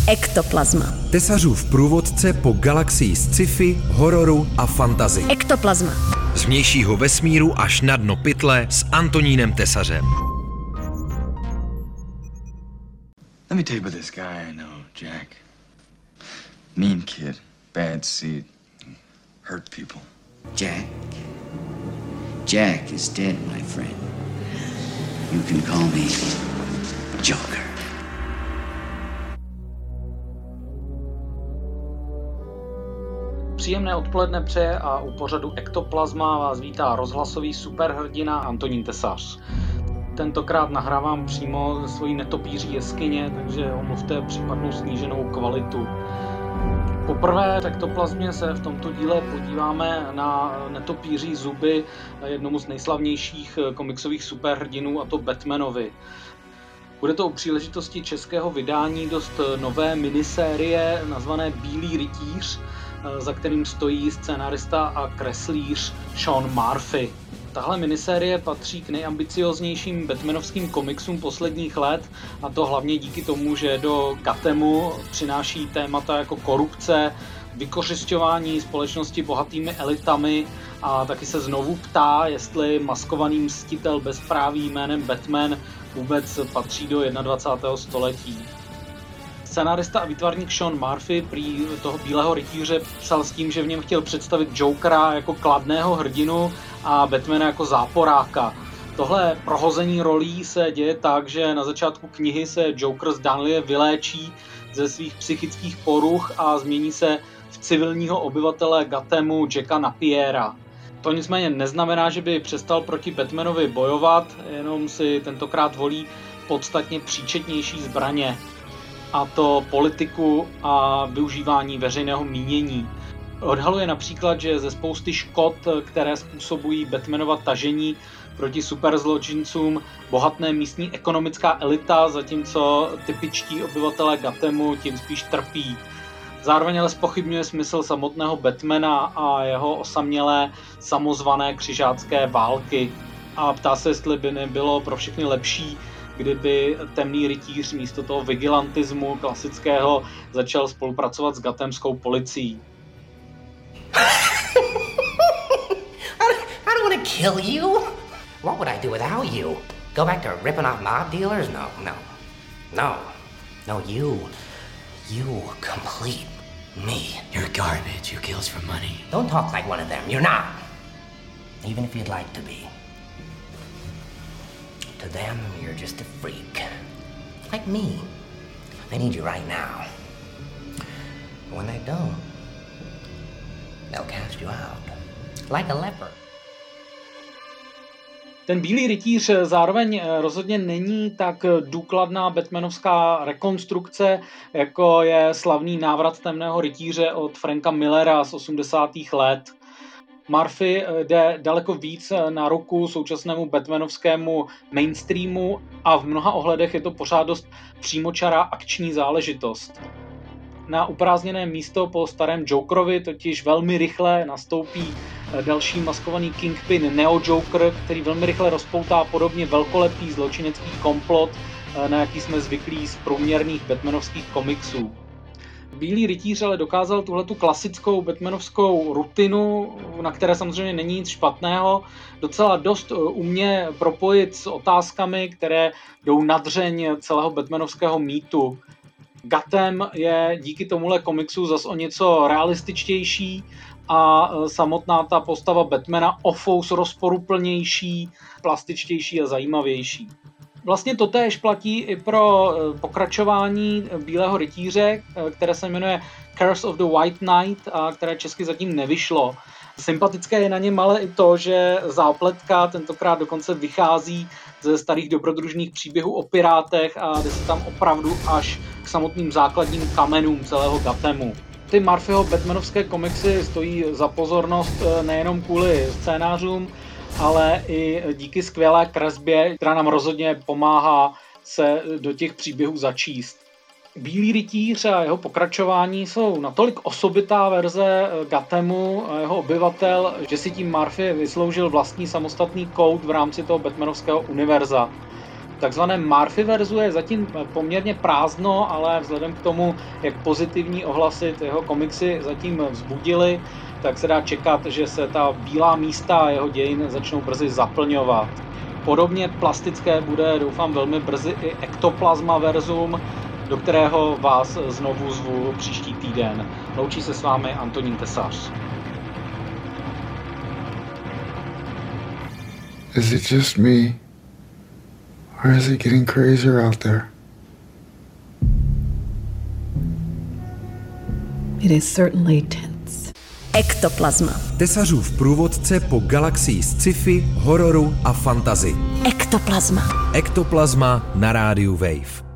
Ektoplazma. Tesařův průvodce po galaxii sci-fi, hororu a fantasy. Ektoplazma. Z vnějšího vesmíru až na dno pytle s Antonínem Tesařem. Let me tell you about this guy I know, Jack. Mean kid, bad seed, hurt people. Jack is dead, my friend. You can call me Joker. Příjemné odpoledne přeje a u pořadu Ektoplazma vás vítá rozhlasový superhrdina Antonín Tesař. Tentokrát nahrávám přímo ze svojí netopíří jeskyně, takže omluvte případnou sníženou kvalitu. Poprvé v Ektoplazmě se v tomto díle podíváme na netopíří zuby jednomu z nejslavnějších komiksových superhrdinů, a to Batmanovi. Bude to u příležitosti českého vydání dost nové minisérie nazvané Bílý rytíř, za kterým stojí scenarista a kreslíř Sean Murphy. Tahle minisérie patří k nejambicioznějším batmanovským komiksům posledních let, a to hlavně díky tomu, že do Gothemu přináší témata jako korupce, vykořisťování společnosti bohatými elitami a taky se znovu ptá, jestli maskovaný mstitel bezpráví jménem Batman vůbec patří do 21. století. Scenárista a výtvarník Sean Murphy prý toho Bílého rytíře psal s tím, že v něm chtěl představit Jokera jako kladného hrdinu a Batmana jako záporáka. Tohle prohození rolí se děje tak, že na začátku knihy se Joker zdánlivě vyléčí ze svých psychických poruch a změní se v civilního obyvatele Gothemu Jacka Napiera. To nicméně neznamená, že by přestal proti Batmanovi bojovat, jenom si tentokrát volí podstatně příčetnější zbraně, a to politiku a využívání veřejného mínění. Odhaluje například, že ze spousty škod, které způsobují Batmanova tažení proti superzločincům, bohatné místní ekonomická elita, zatímco typičtí obyvatelé Gothemu tím spíš trpí. Zároveň ale zpochybňuje smysl samotného Batmana a jeho osamělé samozvané křižácké války. A ptá se, jestli by nebylo pro všechny lepší, kdyby temný rytíř místo toho vigilantismu klasického začal spolupracovat s gothemskou policií. I don't want to kill you. What would I do without you? Go back to ripping off mob dealers? No, you complete me. You're garbage who kills for money. Don't talk like one of them. You're not. Even if you'd like to be. To them, you're just a freak. Like me. They need you right now. But when they don't, they'll cast you out. Like a leper. Ten Bílý rytíř zároveň rozhodně není tak důkladná batmanovská rekonstrukce, jako je slavný Návrat temného rytíře od Franka Millera z 80. let. Murphy jde daleko víc na ruku současnému batmanovskému mainstreamu a v mnoha ohledech je to pořád dost přímočará akční záležitost. Na uprázdněné místo po starém Jokerovi totiž velmi rychle nastoupí další maskovaný Kingpin Neo Joker, který velmi rychle rozpoutá podobně velkolepý zločinecký komplot, na jaký jsme zvyklí z průměrných batmanovských komiksů. Bílý rytíř ale dokázal tuhletu klasickou batmanovskou rutinu, na které samozřejmě není nic špatného, docela dost umně propojit s otázkami, které jdou na dřeň celého batmanovského mýtu. Gotham je díky tomuhle komiksu zas o něco realističtější a samotná ta postava Batmana o fous rozporuplnější, plastičtější a zajímavější. Vlastně totéž platí i pro pokračování Bílého rytíře, které se jmenuje Curse of the White Knight a které česky zatím nevyšlo. Sympatické je na něm ale i to, že zápletka tentokrát dokonce vychází ze starých dobrodružných příběhů o pirátech a jde se tam opravdu až k samotným základním kamenům celého Gothemu. Ty Murphyho batmanovské komiksy stojí za pozornost nejenom kvůli scénářům, ale i díky skvělé kresbě, která nám rozhodně pomáhá se do těch příběhů začíst. Bílý rytíř a jeho pokračování jsou natolik osobitá verze Gothemu a jeho obyvatel, že si tím Murphy vysloužil vlastní samostatný kód v rámci toho batmanovského univerza. takzvaném Murphyverzu je zatím poměrně prázdno, ale vzhledem k tomu, jak pozitivní ohlasy jeho komiksy zatím vzbudily, tak se dá čekat, že se ta bílá místa jeho dějin začnou brzy zaplňovat. Podobně plastické bude, doufám, velmi brzy i Ektoplasmaverzum, do kterého vás znovu zvu příští týden. Loučí se s vámi Antonín Tesař. Is it just me? Or is it getting crazier out there? It is certainly tense. Ektoplasma. Tesařův průvodce po galaxii sci-fi, hororu a fantasy. Ektoplasma. Ektoplasma na rádiu Wave.